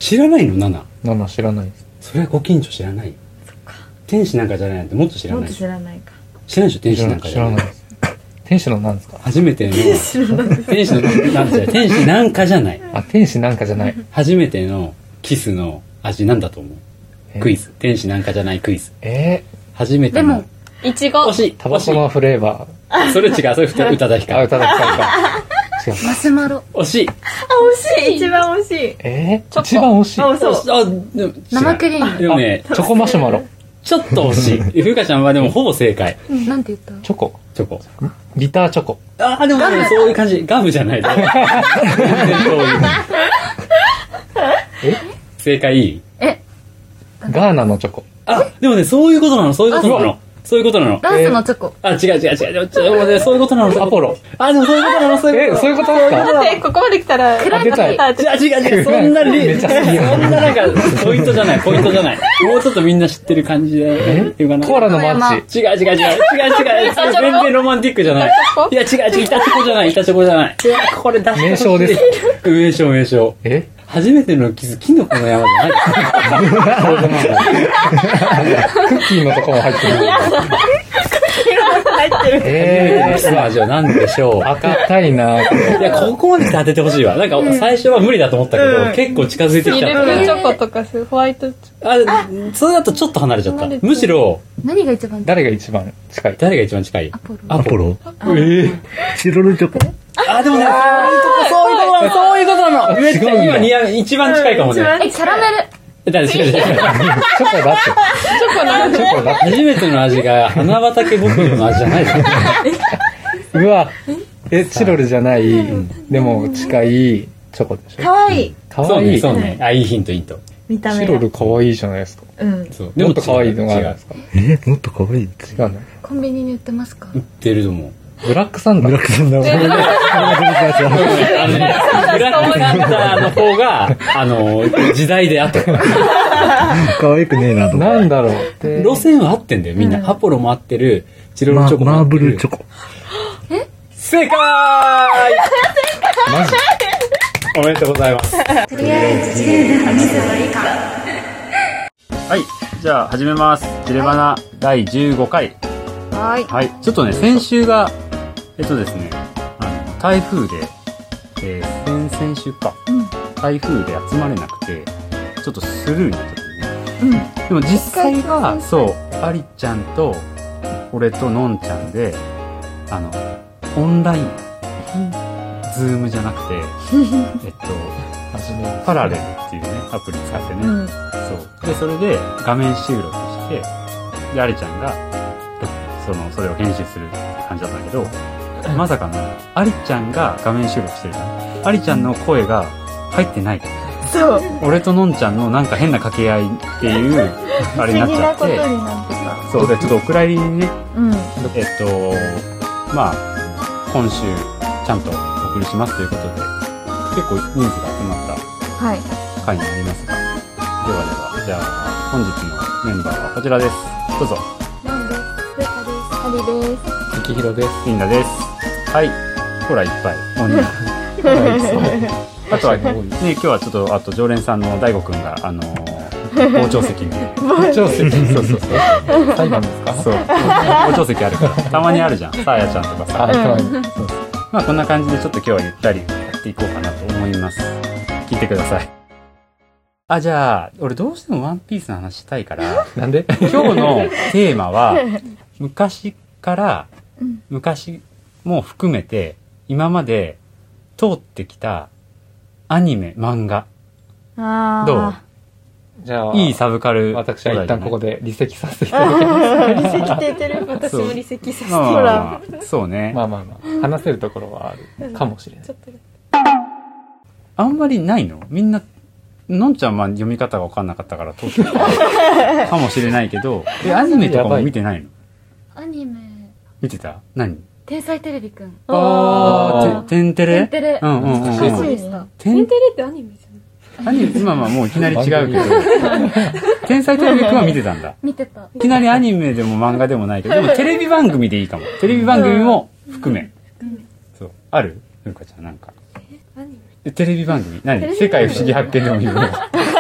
知らないの？7。 7知らないです。 それはご近所知らない。 そっか。 天使なんかじゃないなんてもっと知らない。 もっと知らないか。 知らないでしょ天使なんかじゃない。 知らないです。天使のなんですか？ 初めての天使のなんて天使なんかじゃない。 あ、天使なんかじゃない。 初めてのキスの味なんだと思う？クイズ。天使なんかじゃないクイズ。初めての。 でもいちご。 惜しい。 タバコのフレーバー。それ違う。それ宇多田ヒカル。 宇多田ヒカルか。違う。 マシュマロ。 惜しい。 惜しい。一番惜しい。 一番惜しい。 そう。生クリーム。 でもね、 チョコマシュマロ。ちょっと惜しい。ふかちゃんはでもほぼ正解。 なんて言った？ チョコ。 チョコ。 ビターチョコ。 でもそういう感じ。ガムじゃない。全然そういう。正解いい？ ガーナのチョコ。 でもね、そういうことなの。そういうことなの。 ダンスのチョコ。 違う。そういうことなの。アポロ。でもそういうことなの。そういうことですか？ だってここまで来たら。 違う。そんななんかポイントじゃない。もうちょっとみんな知ってる感じで。 コーラのマッチ。 違う。全然ロマンティックじゃない。いや違う。板チョコじゃない。これ出して。 名称です。 名称。初めてのキス、キノコの山じゃない。 クッキーのとこも入ってる。 味は何でしょう。 赤たいな。 いや、ここまで当ててほしいわ。なんか最初は無理だと思ったけど、結構近づいてきちゃった。 ミルクチョコとかホワイトチョコ。それだとちょっと離れちゃった。むしろ。 誰が一番近い？ アポロ。 チロルチョコ。 でもね、そういうことなの。めっちゃ今一番近いかもね。 キャラメル。 違う。チョコだって。 初めての味が花畑牧場の味じゃないですよ。 うわ、チロルじゃない。でも近いチョコでしょ。 かわいい。 そうね。いいヒント。 見た目。 チロルかわいいじゃないですか。もっとかわいいのがあるんですか？ もっとかわいい。違うの？ コンビニに売ってますか？ 売ってると思う。 ブラックサンダー。 ブラックサンダーの方が、時代であと。 可愛くねえなと。 なんだろう。 路線は合ってんだよ、みんな。アポロも合ってる、チロルチョコも合ってる。 マーブルチョコ。 正解マジおめでとうございます。 とりあえず、ジレで話せばいいか。 はい、じゃあ始めます。ジレバナ第15回。はい。ちょっとね、先週が、ですね、台風で、先週か。台風で集まれなくて、ちょっとスルーになっちゃったね。でも実際は、そう、アリちゃんと、俺とのんちゃんで、オンライン、ズームじゃなくて、パラレルっていうね、アプリ使ってね。そう。で、それで画面収録して、で、アリちゃんが、それを編集する感じだったんだけど、まさかの、アリちゃんが画面収録してるから、アリちゃんの声が入ってない。 そう。 俺とのんちゃんのなんか変な掛け合いっていう、あれになっちゃって。そうで、ちょっとお蔵入りにね、まあ、今週、ちゃんとお送りしますということで、結構人数が集まった回になりますが、では、じゃあ、本日のメンバーはこちらです。どうぞ。 ハリです。 ゆきひろです。 リンダです。はい。ほら、いっぱい。あとはね、今日はちょっと、あと常連さんの大悟くんが、傍聴席に。 傍聴席そう。裁判ですか？ そう。傍聴席あるから。たまにあるじゃん。さあやちゃんとかさ。まあこんな感じでちょっと今日はゆったりやっていこうかなと思います。聞いてください。じゃあ、俺どうしてもワンピースの話したいから。 なんで？ 今日のテーマは、昔も含めて、今まで通ってきたアニメ、漫画。どう？ じゃあ、 いいサブカル。 私は一旦ここで離席させていただきます。 離席って言ってる。私も離席させてもらう。そうね。 まあ。話せるところはあるかもしれない。 あんまりないの？みんな、のんちゃんは読み方が分かんなかったから通ってたかもしれないけど、アニメとかも見てないの？ アニメ。 見てた？何？ 天才テレビくん。 テンテレ？ テンテレ。 初めてした。 テンテレってアニメじゃん。 アニメ、今はもういきなり違うけど、天才テレビくんは見てたんだ。 見てた。 いきなりアニメでも漫画でもないけど、でもテレビ番組でいいかも。テレビ番組も含め。そう。ある？ふうかちゃんなんか。 アニメ？ テレビ番組何？世界不思議発見でもいいよ。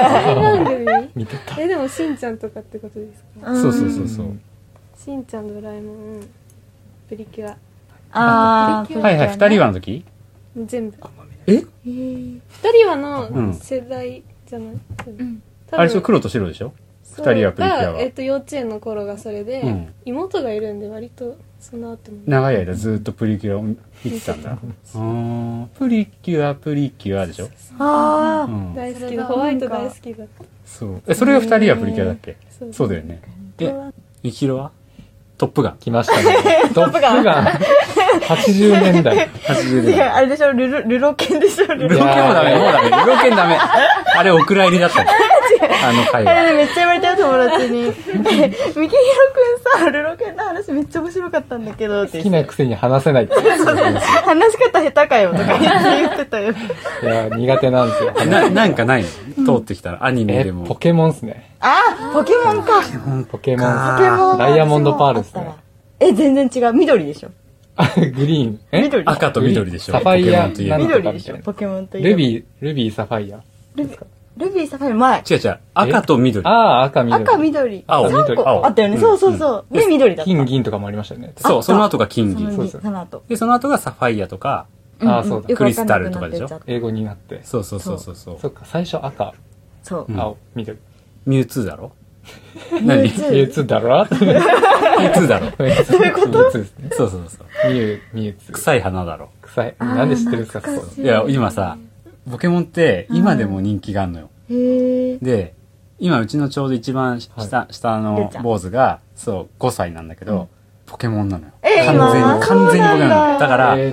番組見てた。 でもしんちゃんとかってことですか？ そうそうそうそう。 しんちゃん、ドラえもん、プリキュア、 はいはい、二人はの時全部。 え二人はうんの世代じゃない？ あれでしょ、黒と白でしょ二人はプリキュアは。 幼稚園の頃がそれで、 うん妹がいるんで割とその後も。 長い間ずっとプリキュアを見てたんだ。プリキュア、プリキュアでしょ。 ああ、 うん。 大好きな、ホワイト大好きだった。 そう。それが二人はプリキュアだっけ？ そうそうだよね。みきひろはトップガン。 来ましたね。トップガン。80年代。 80年代。 あれでしょ、ルロケンでしょ、 ルロケンもダメ、もうダメ。ルロケンダメ。あれお蔵入りだったの。あの回は。 めっちゃ言われたよ、友達に。みきひろくんさ、ルロケンの話めっちゃ面白かったんだけど、って好きなくせに話せないって。 話し方下手かよ、とか言ってたよ。 いや、苦手なんですよ。 なんかないの通ってきたら、アニメでも。 ポケモンっすね。 あ、ポケモンか。 ポケモン。 ポケモン。 ダイヤモンドパールっすね。 全然違う。緑でしょ。 グリーン。 緑。 赤と緑でしょ。 サファイア。 緑でしょ。ポケモンという。 ルビー、サファイア。 ルビー、サファイア前。 違う。赤と緑。 ああ、赤、緑。 赤、緑。 青、緑。 あったよね。そうそうそう。で、緑だった。 金、銀とかもありましたよね。 そう、その後が金銀。 その後。 で、その後がサファイアとか、 ああ、そうだ。 クリスタルとかでしょ。 英語になって。 そう。そっか、最初赤。 そう。 青、緑。 ミュウツーだろ？何？ ミュウツーだろ？ ミュウツーだろ？ どういうこと？ ミュウツーですね。 そう。 ミュウツー。 臭い花だろ。 臭い。なんで知ってるんですか？ いや、今さ、ポケモンって今でも人気があるのよ。で、今うちのちょうど一番下の坊主が、そう、5歳なんだけど、ポケモンなのよ。完全にポケモンなの。だから、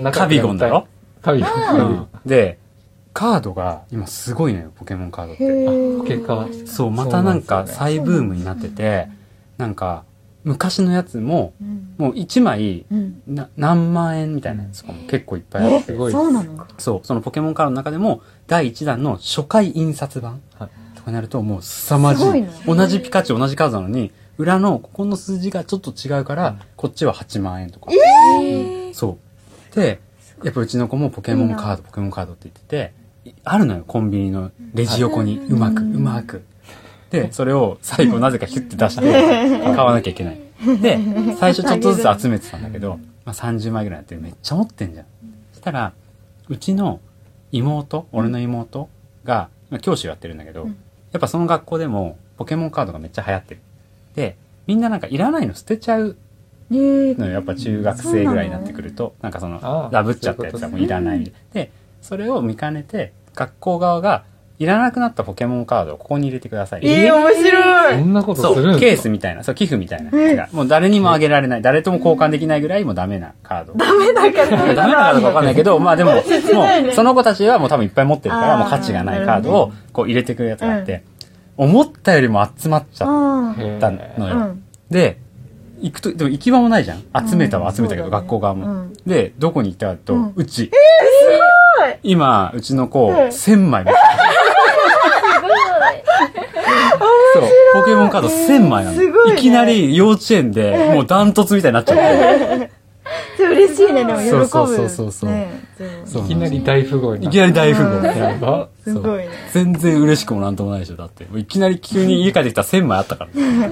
カビゴンだろ？ カビゴン。 で、カードが今すごいのよ、ポケモンカードって。 ポケカー。 そう、またなんか再ブームになってて、なんか、昔のやつも、もう1枚、何万円みたいなやつとかも結構いっぱいあって。 そうなの？ そう、そのポケモンカードの中でも、第1弾の初回印刷版とかになると、もう凄まじい。同じピカチュウ、同じカードなのに、裏のここの数字がちょっと違うから、こっちは8万円とか。そう。で、やっぱうちの子もポケモンカードって言ってて、あるのよ、コンビニのレジ横に、うまく。で、それを最後なぜかヒュッて出して、買わなきゃいけない。で、最初ちょっとずつ集めてたんだけど、30枚ぐらいやってめっちゃ持ってんじゃん。そしたら、うちの俺の妹が、教師をやってるんだけど、やっぱその学校でもポケモンカードがめっちゃ流行ってる。で、みんななんかいらないの捨てちゃうのよ。やっぱ中学生ぐらいになってくると、なんかその、ダブっちゃったやつはもういらない。で、それを見かねて、学校側が、いらなくなったポケモンカードをここに入れてください。 面白い。 そんなことするんですか？ ケースみたいな、寄付みたいな。もう誰にもあげられない、誰とも交換できないぐらいもうダメなカード。ダメなカードかわかんないけど、まあでも、もう、その子たちはもう多分いっぱい持ってるから、もう価値がないカードをこう入れてくるやつがあって、思ったよりも集まっちゃったのよ。で、でも行き場もないじゃん。集めたけど、学校側も。で、どこに行ったかと、うち。今、うちの子、1000枚持ってる。そう、ポケモンカード1000枚なの。いきなり幼稚園で、もうダントツみたいになっちゃって。 嬉しいね、でも喜ぶ。 そう。 いきなり大富豪に。 いきなり大富豪。 やば。 すごいね。 全然嬉しくもなんともないでしょ、だって。いきなり急に家帰ってきたら1000枚あったから。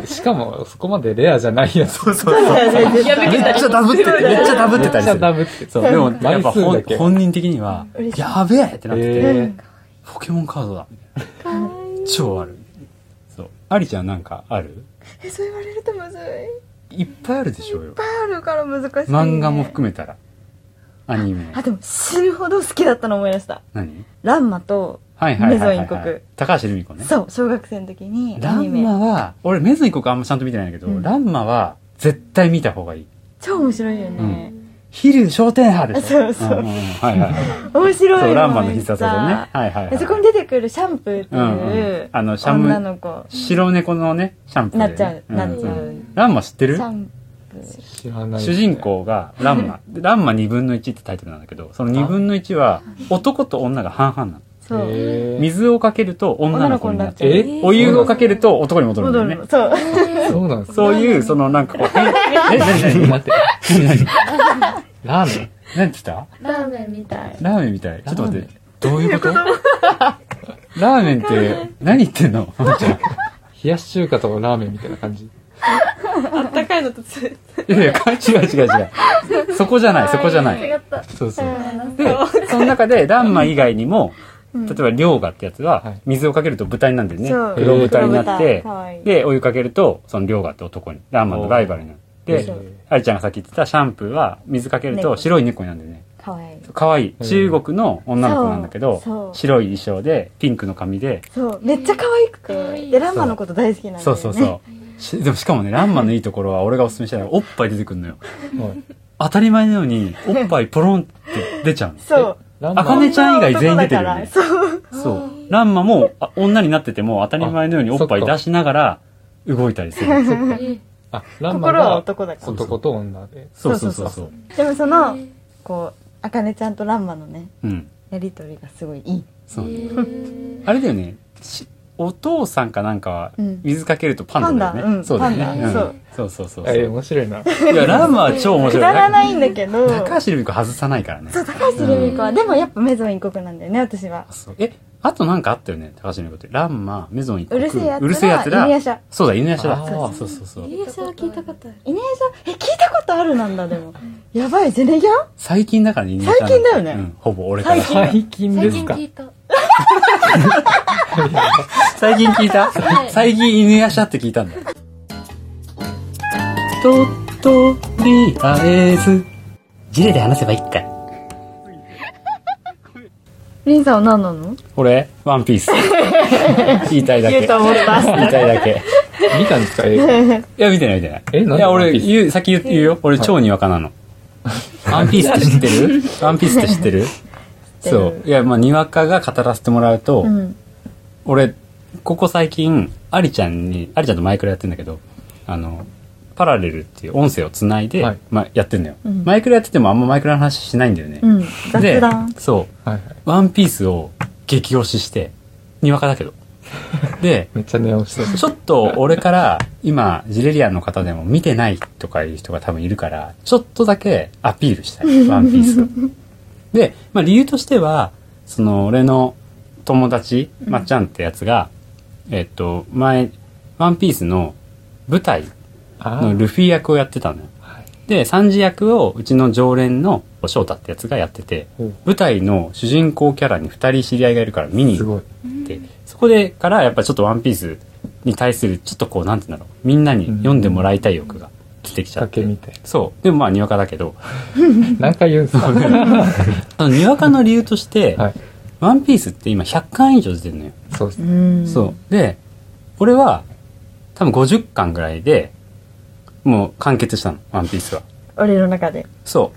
しかも、そこまでレアじゃないやつ。 そう。めっちゃダブってたりする。 めっちゃダブって。 そう、でも、やっぱ本人的には、やべえってなってて、ポケモンカードだ。超ある。そう。ありちゃんなんかある？ そう言われるとむずい。 いっぱいあるでしょうよ。 いっぱいあるから難しい。 漫画も含めたら。アニメ。 でも死ぬほど好きだったの思い出した。 何？ ランマとメゾイン国。 高橋留美子ね。 そう、小学生の時にランマは、俺メゾイン国あんまちゃんと見てないんだけど、ランマは絶対見た方がいい。 超面白いよね。 昼商店派でしょ。 そう。 面白い。そう、ランマの必殺技ね。 そこに出てくるシャンプーっていう女の子。 白猫のね、シャンプー。 なっちゃう。 ランマ知ってる？ 知らない。 主人公がランマ。ランマ2分の1ってタイトルなんだけど、その2分の1は男と女が半々なの。 そう。 水をかけると女の子になっちゃう。お湯をかけると男に戻るんだよね。 そう。 そうなんですか。 そういう、そのなんかこう、何待って。ラーメン？ 何て言った？ ラーメンみたい。 ラーメンみたい。ちょっと待って。どういうこと？ ラーメンって何言ってんのまーちゃん。 冷やし中華とラーメンみたいな感じ。 あったかいのとついやいや、違う。そこじゃない。 違った。 そう。で、その中で、ランマ以外にも、例えば、涼河ってやつは、水をかけると豚になるんだよね。 そう黒豚になってかわいい、 で、お湯かけると、その涼河って男に、ランマのライバルになる。で、ありちゃんがさっき言ってたシャンプーは、水かけると白い猫になるんだよね。 かわいい。 かわいい。中国の女の子なんだけどそう、 白い衣装で、ピンクの髪で、 そう、めっちゃ可愛くて。で、ランマのこと大好きなんだよね。 でもしかもね、ランマのいいところは、俺がおすすめしたいのは、おっぱい出てくるのよ。当たり前のように、おっぱいポロンって出ちゃうの。 そう。 あかねちゃん以外全員出てるよね。 そう。 ランマも女になってても当たり前のようにおっぱい出しながら動いたりする。 あ、ランマ心はが男だから。 男と女で。 そう。 でもその、こう、あかねちゃんとランマのね、 うん。 やりとりがすごいいい。 そう。あれだよね。お父さんかなんかは水かけるとパンダだよね。そうだよね。そう。 面白いな。 いや、ランマは超面白い。 くだらないんだけど。 高橋留美子外さないからね。 そう、高橋留美子は。でもやっぱメゾン一国なんだよね、私は。 あとなんかあったよね、高橋留美子って。ランマ、メゾン一国。 うるせえやつら。犬夜叉。 そうだ、犬夜叉だ。そう。 犬夜叉は聞いたことある。 犬夜叉、聞いたことあるなんだ、でも。やばい、ゼネギャン最近だからね、犬夜叉。 最近だよね。 うん、ほぼ俺から。 最近ですか？ 最近聞いた。 最近聞いた？最近犬夜叉って聞いたんだ。とりあえず、ジレで話せばいいか。 リンさんは何なの？ 俺ワンピース。言いたいだけ。 言うと思った。 言いたいだけ。 見たんですか映画？ いや、見てない。 なんでいや、俺、先言うよ。俺超にわかなの。ワンピースって知ってる？ワンピースって知ってる？そう。いや、まあ、にわかが語らせてもらうと、俺、ここ最近、アリちゃんとマイクラやってんだけど、パラレルっていう音声をつないで、まあ、やってんだよ。マイクラやっててもあんまマイクラの話しないんだよね。 雑談。 そう。ワンピースを激推しして、にわかだけど。で、 めっちゃ寝押してる。 ちょっと俺から今、ジレリアンの方でも見てないとかいう人が多分いるから、ちょっとだけアピールしたい。ワンピースを。で、まあ理由としては、俺の友達、まっちゃんってやつが、前、ワンピースの舞台のルフィ役をやってたのよ。で、サンジ役をうちの常連の翔太ってやつがやってて、舞台の主人公キャラに2人知り合いがいるから見に行って、そこでからやっぱちょっとワンピースに対するちょっとこう、なんて言うんだろう、みんなに読んでもらいたい欲が出てきちゃって。そう。でもまあ、にわかだけど。 何回言うんすか？ にわかの理由として、ワンピースって今100巻以上出てるのよ。 そうですね。 そう。で、俺は多分50巻ぐらいでもう完結したの、ワンピースは。 俺の中で。 そう。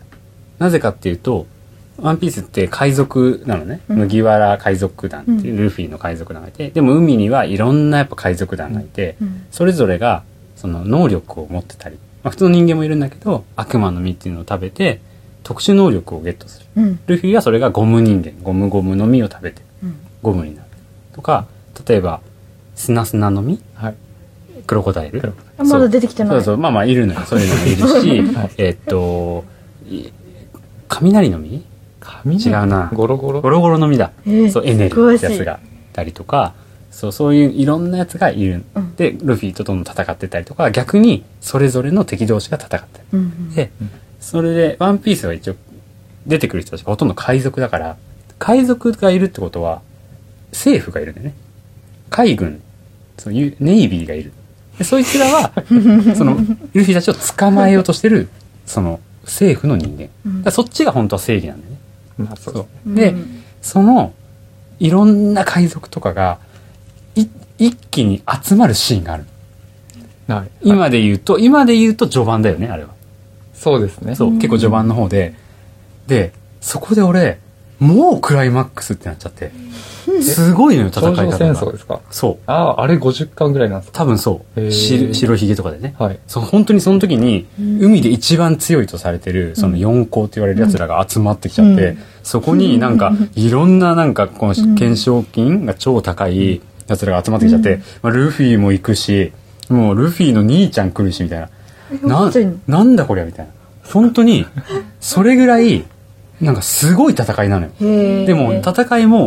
なぜかっていうと、ワンピースって海賊なのね。麦わら海賊団っていうルフィの海賊団がいて、でも海にはいろんなやっぱ海賊団がいて、それぞれがその能力を持ってたり、まあ、普通の人間もいるんだけど、悪魔の実っていうのを食べて特殊能力をゲットする。ルフィはそれがゴム人間、ゴムゴムの実を食べてゴムになる。とか、例えば砂砂の実、クロコダイル。 まだ出てきてない。 そう、まあまあいるのよ。そういうのもいるし、雷の実？違うな。 ゴロゴロ？ ゴロゴロの実だ。そう、エネルってやつがいたりとか、そういういろんなやつがいる。で、ルフィとどんどん戦ってたりとか、逆にそれぞれの敵同士が戦ってる。で、それで、ワンピースは一応出てくる人たちがほとんど海賊だから、海賊がいるってことは、政府がいるんだよね。海軍、そういうネイビーがいる。でそいつらは、その、ルフィたちを捕まえようとしてる、その、政府の人間。だそっちが本当は正義なんだよね。 まあそうで、その、いろんな海賊とかが、一気に集まるシーンがある。今で言うと序盤だよね、あれは。 そうですね。 そう、結構序盤の方で。で、そこで俺、もうクライマックスってなっちゃって。すごいのよ、戦い方が。 頂上戦争ですか？ そう。 あれ50巻ぐらいなんですか？ 多分そう。白ひげとかでね。 はい。 本当にその時に、海で一番強いとされてる、その四皇って言われる奴らが集まってきちゃって、そこになんか、いろんななんか、この懸賞金が超高い奴らが集まってきちゃって、まあ、ルフィも行くし、もうルフィの兄ちゃん来るし、みたいな。なんだこりゃ、みたいな。本当に、それぐらい、なんかすごい戦いなのよ。でも、戦いも、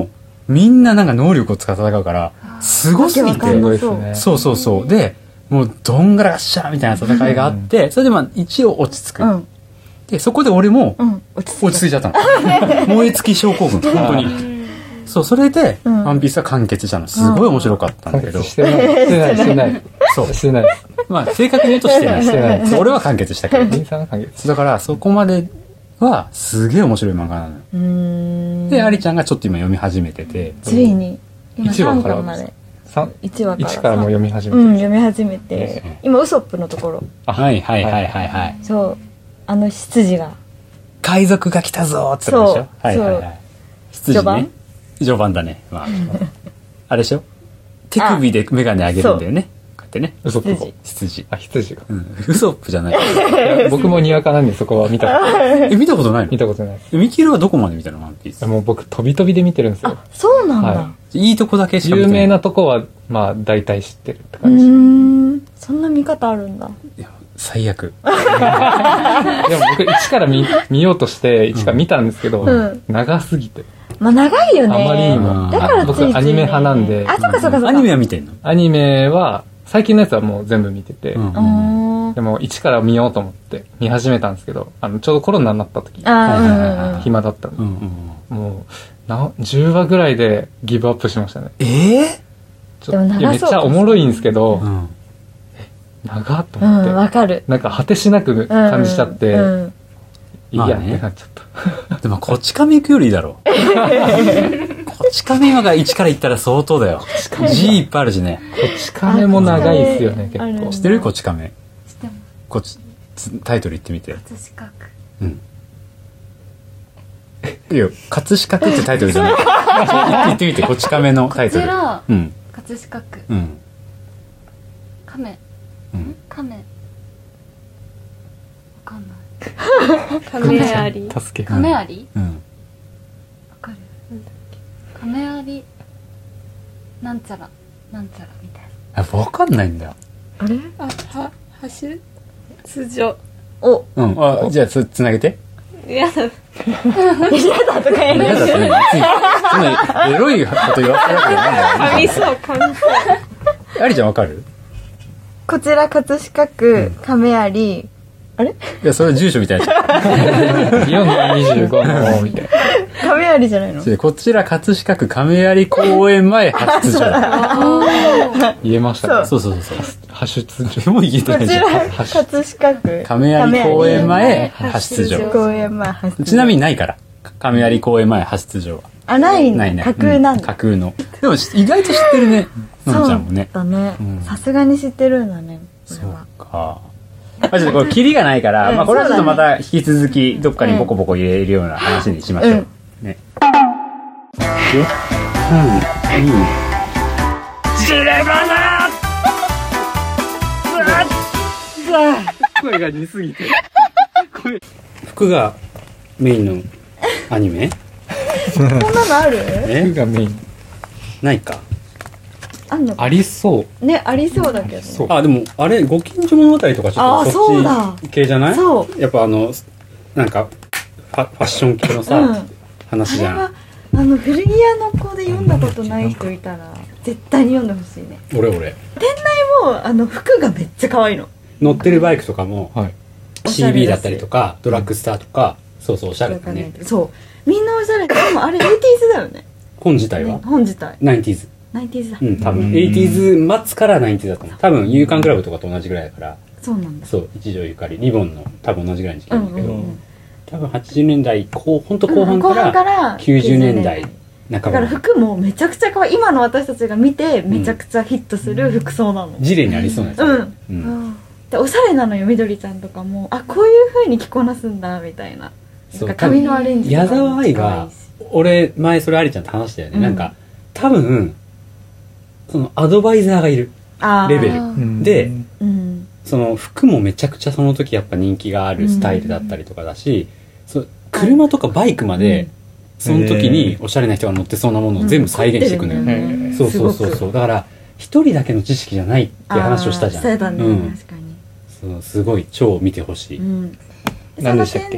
みんななんか能力を使って戦うから、すごすぎて。 すごいですね。 そうそうそう。で、もうどんがらがっしゃーみたいな戦いがあって、それでまあ一応落ち着く。で、そこで俺も落ち着いちゃったの。燃え尽き症候群、本当に。そう、それで、ワンピースは完結したの。すごい面白かったんだけど。 してない。そう、してない。 まあ、正確に言うとしてない。してない。俺は完結したけど。だから、そこまでは、すげえ面白い漫画なのよ。で、アリちゃんがちょっと今読み始めてて。 ついに、今 1話 3 から巻まで。 1話からも読み始めて。 読み始めて。今、ウソップのところ。 はいはいはいはいはい。 そう。執事が。 海賊が来たぞーってことでしょ。はいはいはい。執事ね。序盤だね。まあ。あれでしょ、手首でメガネ上げるんだよね。こうやってね。 ウソップ。 羊。 あ、羊が。 ウソップじゃない。 僕もにわかなんでそこは見たことない。 見たことないの？ 見たことない。 ミキルはどこまで見たのワンピース？ もう僕飛び飛びで見てるんですよ。 そうなんだ。 いいとこだけしか見てない。 有名なとこは、まあ大体知ってるって感じ。 そんな見方あるんだ。 いや、最悪。 でも僕一から見ようとして一から見たんですけど、長すぎて。 まあ長いよね。 あまりにも。 だから僕アニメ派なんで。 あ、そっかそっかそっか。 アニメは見てんの？ アニメは、最近のやつはもう全部見てて。でも一から見ようと思って見始めたんですけど、ちょうどコロナになった時、暇だったんで。もう、10話ぐらいでギブアップしましたね。 でもめっちゃおもろいんですけど、長っと思って。 わかる。 なんか果てしなく感じちゃって、いいやってなっちゃった。 でもこち亀行くよりいいだろう。こち亀が1から行ったら相当だよ。G いっぱいあるしね。 こち亀も長いっすよね、結構。 知ってる？こち亀。 知ってます。 タイトル言ってみて。 葛飾区。 いや、葛飾区ってタイトルじゃない。言ってみて、こち亀のタイトル。 こちら、葛飾区。亀。亀。わかんない。 亀有。 助け。 亀有？わかる？亀有なんちゃらなんちゃらみたいな。わかんないんだよ。 あれ？ 通常。 お。 じゃあつなげて。 嫌だ。 嫌だとか言嫌だってね。そんなエロいこと言わせるわけじゃないんだよ。 噛みそう噛みそう。 ありちゃんわかる？ こちら葛飾区亀有。あれ？ いや、それは住所みたいな。 4の25のみたいな。 亀有じゃないの？ こちら葛飾区亀有公園前発出所。 言えましたね。 そう。 発出所。 もう言えてないじゃん。 こちら葛飾区亀有公園前発出所。 公園前発出所。 ちなみにないから。亀有公園前発出所は。 あ、ないね。架空なんだ。 架空の。でも意外と知ってるね。のんちゃんもね。 そうだね。さすがに知ってるんだね。 そうか。ちょっとこれキリがないから、これはちょっとまた引き続きどっかにボコボコ入れるような話にしましょう。ね。よ、ジレバナ声が似すぎて。 服がメインのアニメ？ そんなのある？ 服がメイン。 ないか。 ありそう。 ね、ありそうだけど。 あ、でもあれご近所物語とかちょっとそっち系じゃない？そう。やっぱなんかファッション系のさ話じゃん。 古着屋の子で読んだことない人いたら絶対に読んでほしいね。 俺。 店内も服がめっちゃ可愛いの。 乗ってるバイクとかも CB だったりとかドラッグスターとか、そうおしゃれだね。 そうみんなおしゃれで、でもあれ 80s だよね。 本自体は？ 本自体 90s。 90s だ。 多分 80s 末から 90s だと思う。多分夕刊クラブとかと同じぐらいだから。 そうなんだ。 そう一条ゆかりリボンの多分同じぐらいの時期なんだけど、多分80年代本当後半から90年代半ば。 だから服もめちゃくちゃ可愛い。今の私たちが見てめちゃくちゃヒットする服装なの。 ジレにありそうなやつ。 でおしゃれなのよ。みどりちゃんとかもこういう風に着こなすんだみたいな。なんか髪のアレンジとか矢沢愛が、俺前それありちゃんと話したよね。なんか多分そのアドバイザーがいるレベルで、その服もめちゃくちゃその時やっぱ人気があるスタイルだったりとかだし、車とかバイクまでその時におしゃれな人が乗ってそうなものを全部再現していくのよ。そうだから一人だけの知識じゃないって話をしたじゃん。 そうだね、確かに。 すごい超見てほしい。 何でしたっけ？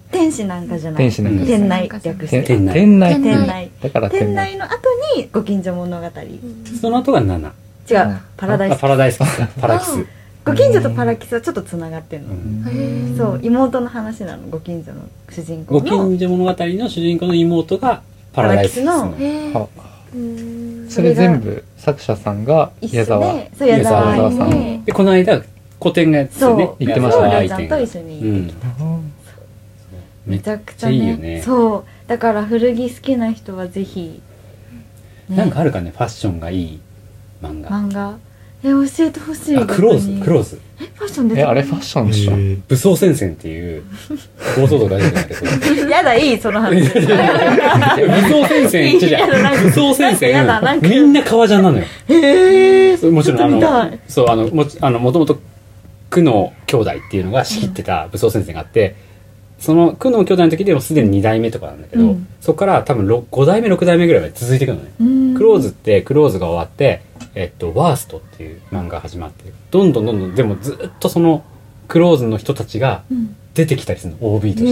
天使なんかじゃない。 天使なんか店内略して。 店内。 だから店内の後にご近所物語。 その後が7。 違う、パラダイス。 パラダイス。パラキス。 ご近所とパラキスはちょっとつながってんの。そう、妹の話なの、ご近所の主人公の。 ご近所物語の主人公の妹がパラダイスの。 それ全部作者さんが矢沢さんで、この間個展がやってね、 行ってましたね。 りょうちゃんと一緒に行ってきた。めちゃくちゃいいよね。 そう、だから古着好きな人はぜひ。 なんかあるかね、ファッションがいい漫画。 教えてほしい。 クローズ。ファッションであれファッションでしょ。 武装戦線っていう暴走族が出てるんだけど。 やだ、いい、その話。武装戦線、武装戦線、みんな革ジャンなのよ。もちろん、そう、もともと、久野兄弟っていうのが仕切ってた武装戦線があって、その久野兄弟の時でもすでに2代目とかなんだけど、そこから多分5代目、6代目ぐらいまで続いていくのね。クローズが終わって、ワーストっていう漫画が始まって、どんどん、でもずっとその、クローズの人たちが出てきたりするの、OB として。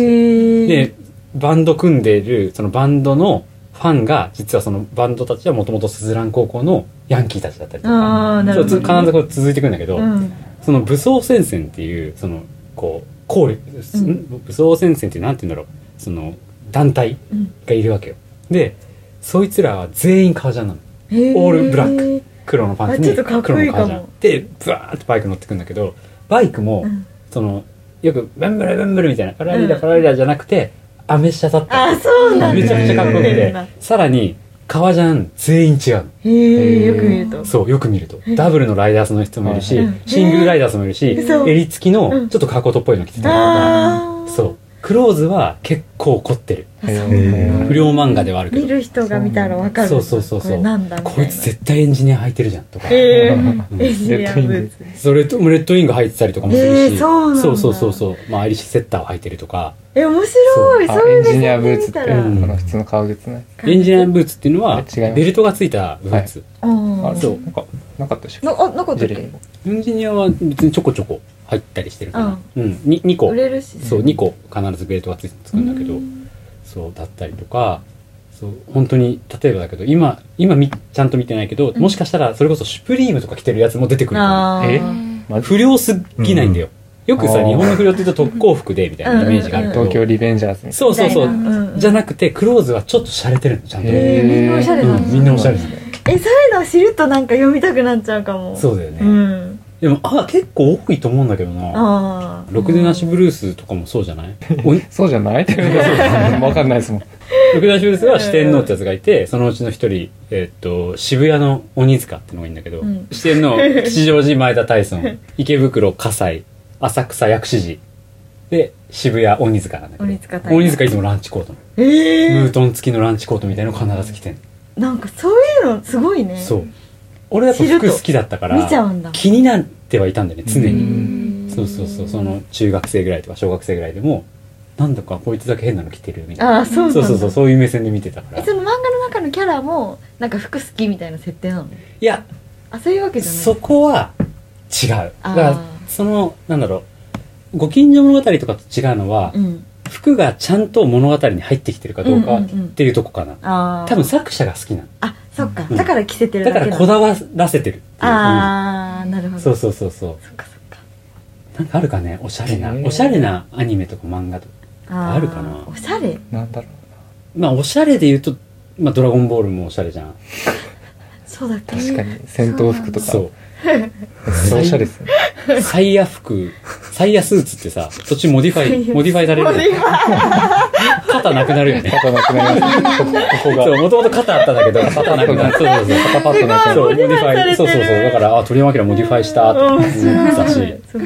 で、バンド組んでいる、そのバンドのファンが、実はそのバンドたちはもともとスズラン高校のヤンキーたちだったりとか、必ずこう続いていくんだけど、その武装戦線っていう、その、こう、武装戦線ってなんて言うんだろう、その、団体がいるわけよ。で、そいつらは全員革ジャンなの。オールブラック。黒のパンツに黒の革ジャン。で、ブワーってバイク乗ってくんだけど、バイクも、その、よく、ブンブルブンブルみたいな、パラリラじゃなくて、アメ車だったり。めちゃくちゃかっこよくて、さらに、革ジャン全員違う。 よく見ると。 そう、よく見ると。ダブルのライダースの人もいるし、シングルライダースもいるし、襟付きの、ちょっとカーコートっぽいの着てたりとか、そう。クローズは結構凝ってる。不良漫画ではあるけど。 見る人が見たらわかる。 そう。こいつ絶対エンジニア履いてるじゃんとか。 エンジニアブーツ。 それと、レッドウィング履いてたりとかもするし。そう。まあ、アイリッシュセッターを履いてるとか。 面白い。そういうエンジニアブーツって、普通の革靴ね。 エンジニアブーツっていうのは、ベルトがついたブーツ。 そう。なかったでしょ。 なかったっけ？ エンジニアは別にちょこちょこ入ったりしてるから。2個。そう、2個必ずベルトがつくんだけど、そう、だったりとか、そう、本当に、例えばだけど、今ちゃんと見てないけど、もしかしたらそれこそシュプリームとか着てるやつも出てくる。不良すぎないんだよ。よくさ、日本の不良って言うと特攻服でみたいなイメージがあるけど。 東京リベンジャーズみたいな。そう。じゃなくて、クローズはちょっと洒落てるの、ちゃんと。 みんなおしゃれなんです。 みんなおしゃれですね。 そういうの知るとなんか読みたくなっちゃうかも。 そうだよね。でも、結構多いと思うんだけどな。ろくでなしブルースとかもそうじゃない？ そうじゃないわかんないですもん。 ろくでなしブルースは四天王ってやつがいて、そのうちの一人、渋谷の鬼塚ってのがいいんだけど、四天王、吉祥寺前田大尊、池袋葛西、浅草薬師寺、で、渋谷鬼塚なんだけど、鬼塚いつもランチコートの。ムートン付きのランチコートみたいなの必ず着てんの。 なんかそういうのすごいね。 そう。俺だと服好きだったから気になってはいたんだよね、常に。そう。その中学生ぐらいとか小学生ぐらいでも、なんだかこいつだけ変なの着てるみたいな。そういう目線で見てたから。 その漫画の中のキャラもなんか服好きみたいな設定なの？ いや、 そういうわけじゃない。 そこは違う。だからそのなんだろう、ご近所物語とかと違うのは、服がちゃんと物語に入ってきてるかどうかっていうとこかな。多分作者が好きなの。 そっか。だから着せてるだけだからこだわらせてる。 なるほど。 そう。そっか。なんかあるかね、おしゃれなアニメとか漫画とかあるかな。 おしゃれ？ なんだろう。まあおしゃれで言うと、まあドラゴンボールもおしゃれじゃん。 そうだっけ？ 確かに戦闘服とか。そう。おしゃれですね。 サイヤスーツってさ、途中モディファイされる。肩なくなるよね。 肩なくなります。ここが。 そう、もともと肩あったんだけど、肩なくなる。そう。 肩パッドなくなる。 そう、モディファイ。そう。だから、鳥山明モディファイしたと思ったし。そう。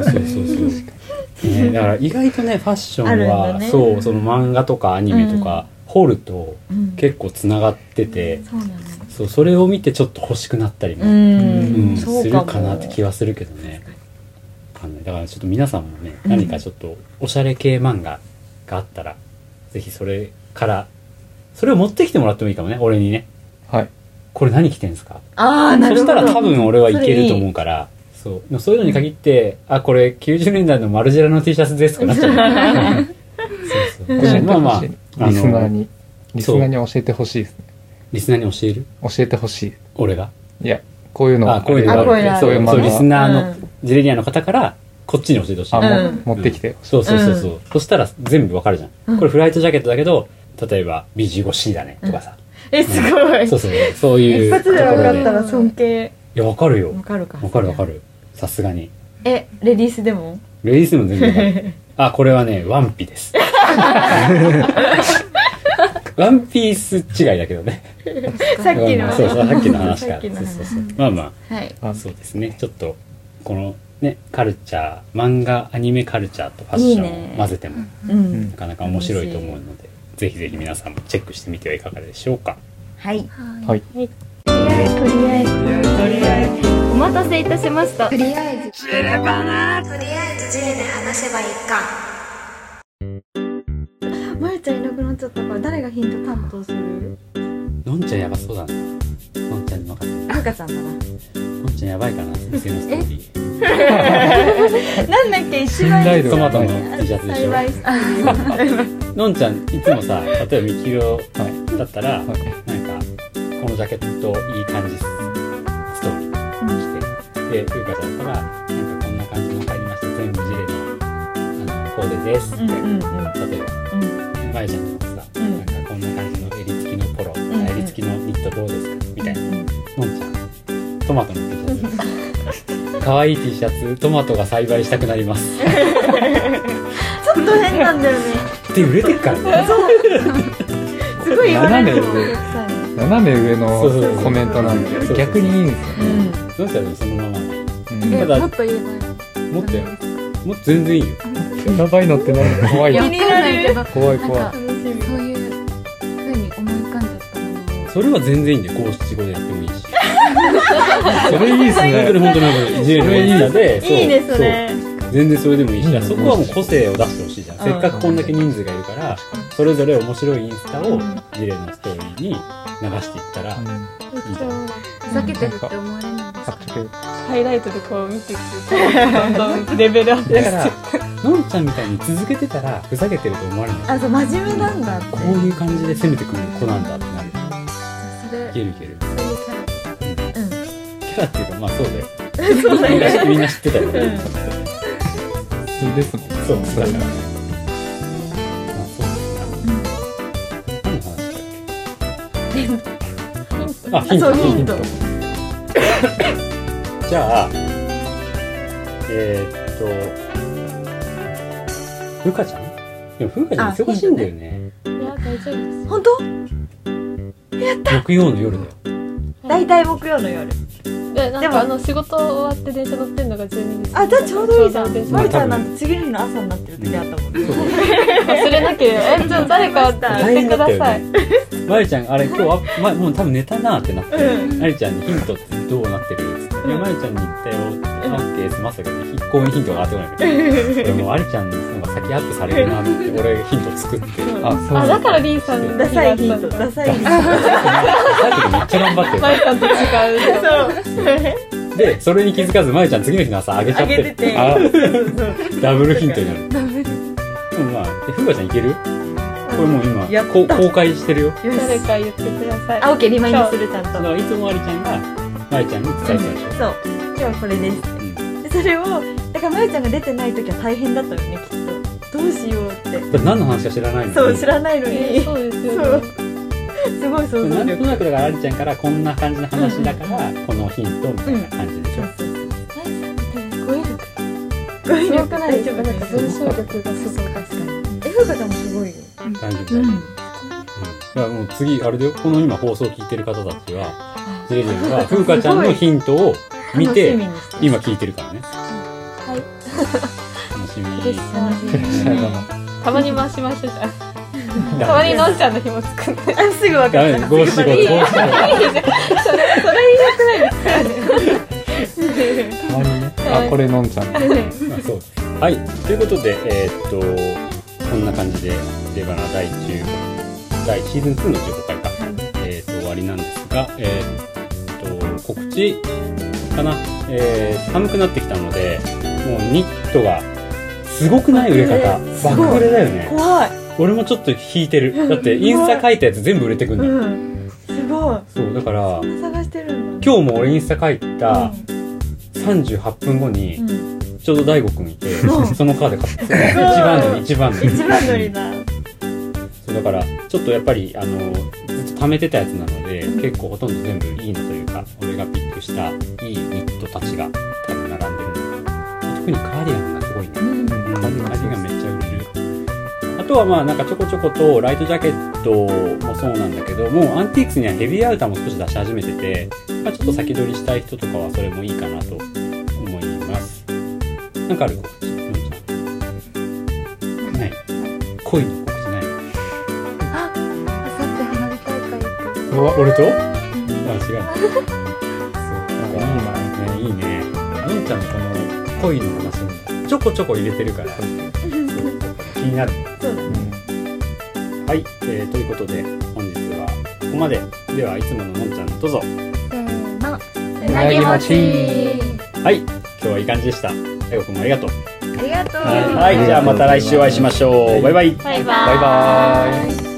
だから意外とね、ファッションは、そう、その漫画とかアニメとか、掘ると結構つながってて、そう、それを見てちょっと欲しくなったりもするかなって気はするけどね。だからちょっと皆さんもね、何かちょっとおしゃれ系漫画があったら、ぜひそれを持ってきてもらってもいいかもね、俺にね。 はい。 これ何着てんすか？ なるほど。 そしたら多分俺はいけると思うから、そういうのに限って、これ90年代のマルジェラの T シャツですってなっちゃう。 まあまあ、 リスナーに教えてほしいですね。 リスナーに教える？ 教えてほしい。 俺が？ いや、こういうの。 こういうの。そう、リスナーの、ジレニアの方から、こっちに教えてほしい。 持ってきて。 そう。そしたら全部わかるじゃん。これフライトジャケットだけど、例えば B15C だね、とかさ。 すごい。 そういう。 一発で分かったら尊敬。 いや、わかるよ。 わかるか。 わかる。さすがに。 レディースでも？ レディースでも全然わかる。あ、これはね、ワンピです。ワンピース違いだけどね。 さっきの。 そう、さっきの話から。そう。まあまあ。 そうですね。ちょっと、このね、カルチャー、漫画、アニメカルチャーとファッションを混ぜても、なかなか面白いと思うので、ぜひぜひ皆さんもチェックしてみてはいかがでしょうか。 はい。 はい。 とりあえず。お待たせいたしました。 とりあえずジレバナ。とりあえずジレで話せばいいか。 まゆちゃんいなくなっちゃったから誰がヒント担当する？ のんちゃんやばそうだな。のんちゃんに任せて。 ふうかさんだな。 のんちゃんやばいかな、先生のストーリー。なんだっけ、一番トマトの T シャツでしょ。のんちゃんいつもさ、例えばみきろだったら、なんかこのジャケットいい感じストーリーして、でふうかちゃんだったらなんかこんな感じの入りました、全部ジレのコーデですって、例えばまゆちゃんとかさ、なんかこんな感じの襟付きのポロ、襟付きのニットどうですかみたいな。のんちゃんトマトの T シャツかわいい T シャツ、トマトが栽培したくなります。 ちょっと変なんだよね。 で売れてっからね。 すごい言われる。 斜め上のコメントなんで逆にいいんですよね。 どうしたらそのまま。 もっと言えばいい。 もっとやる。もっと全然いいよ。 やばいのって何か怖い。 いや、わかんないけど。 怖い。 そういう風に思い浮かんじゃったもの。 それは全然いいんで、五七五でやってもいいし。 それいいですね。 本当にジレのインスタで。 いいね、それ。 全然それでもいいし、そこはもう個性を出してほしいじゃん。せっかくこんだけ人数がいるから、それぞれ面白いインスタをジレのストーリーに流していったらいいじゃん。 ふざけてるって思われないですか？ ハイライトでこう見ていくとどんどんレベルアップして。 だからのんちゃんみたいに続けてたらふざけてると思われない。 あ、そう、真面目なんだって。 こういう感じで攻めてくる子なんだってなる。 それいけるいける。 そういうキャラ。 キャラっていうか、まあそうだよ。そうだよ。みんな知ってたよね。 そうですもん。 そうだから。まあそうですね。何の話だっけ？あ、ヒント。 ヒント。 じゃあ、ふうかちゃん？でもふうかちゃん忙しいんだよね。 いや、大丈夫です。 本当？やった。 木曜の夜だよ。 大体木曜の夜。 で、なんか仕事終わって電車乗ってんのが12時。 あ、じゃあちょうどいいじゃん。まゆちゃんまあなんて次の日の朝になってる時あったもんね。 忘れなければ。じゃあ誰か言ってください。 まゆちゃん、あれ今日もう多分寝たなってなって、まゆちゃんにヒントってどうなってるっつって、いや、まゆちゃんに言ったよって、オッケー済ませたけど、公演ヒントが上がってこないけど、もうありちゃんの方が先アップされるなって、俺ヒント作って。 あ、だからリーさんにダサいヒント、ダサいヒント。 さっきめっちゃ頑張ってる。 まゆちゃんと違う。 そう。 で、それに気づかず、まゆちゃん次の日の朝あげちゃってる。ダブルヒントになる。でもまあ、ふうかちゃんいける？これもう今公開してるよ。 誰か言ってください。 あ、オッケー、リマインドするちゃんと。 だからいつもありちゃんがまゆちゃんに伝えてたでしょ。 そう。今日はこれです。でそれをだからまゆちゃんが出てない時は大変だったよね、きっと。どうしようって。 だって何の話か知らないのに。 そう、知らないのに。 そうですよね。 すごい想像なんと力。 なくだからありちゃんからこんな感じの話だからこのヒントみたいな感じでしょ。 語彙力。 語彙力ないですか？なんか文章力がすごい。確かに。 ふうかちゃんもすごいよ。 大丈夫。だからもう次あれだよ。この今放送聞いてる方たちはジレジェンがふうかちゃんのヒントを見て今聞いてるからね。 はい。 楽しみ。 たまに回しましょうじゃん。たまにのんちゃんの紐作って。 あ、すぐ分かった。 五七五。それ言いたくないですからね。 たまにね。あ、これのんちゃん。 そう。はい。ということでこんな感じでレバナ第シーズン2の15回か終わりなんですが、告知かな。寒くなってきたので、もうニットがすごくない売れ方。爆売れだよね。 怖い。 俺もちょっと引いてる。だってインスタ書いたやつ全部売れてくんだよ。 すごい。 そうだから探してるんだ。 今日も俺インスタ書いた38分後にちょうど大悟くんいて、そのカード買って一番乗りだ。そうだからちょっとやっぱりずっと貯めてたやつなので、結構ほとんど全部いいのというか、俺がピックしたいいニットたちが多分並んでるので、特にカーディガンがすごいね。カーディガンめっちゃ売れる。あとはまあなんかちょこちょことライトジャケットもそうなんだけど、もうアンティークスにはヘビーアウターも少し出し始めてて、まあ、ちょっと先取りしたい人とかはそれもいいかなと思います。なんかある告知？ない。恋の告知ない。 あさって花火大会行く。 俺と？あ、違う。そう、いいね。のんちゃんのこの恋の話もちょこちょこ入れてるから気になる。そうだね。はい、ということで本日はここまで。ではいつもののんちゃんどうぞ。 せーの。 うなぎ餅。 はい、今日はいい感じでした。大悟くんもありがとう。 ありがとう。 はい、じゃあまた来週お会いしましょう。バイバイ。 バイバイ。 バイバイ。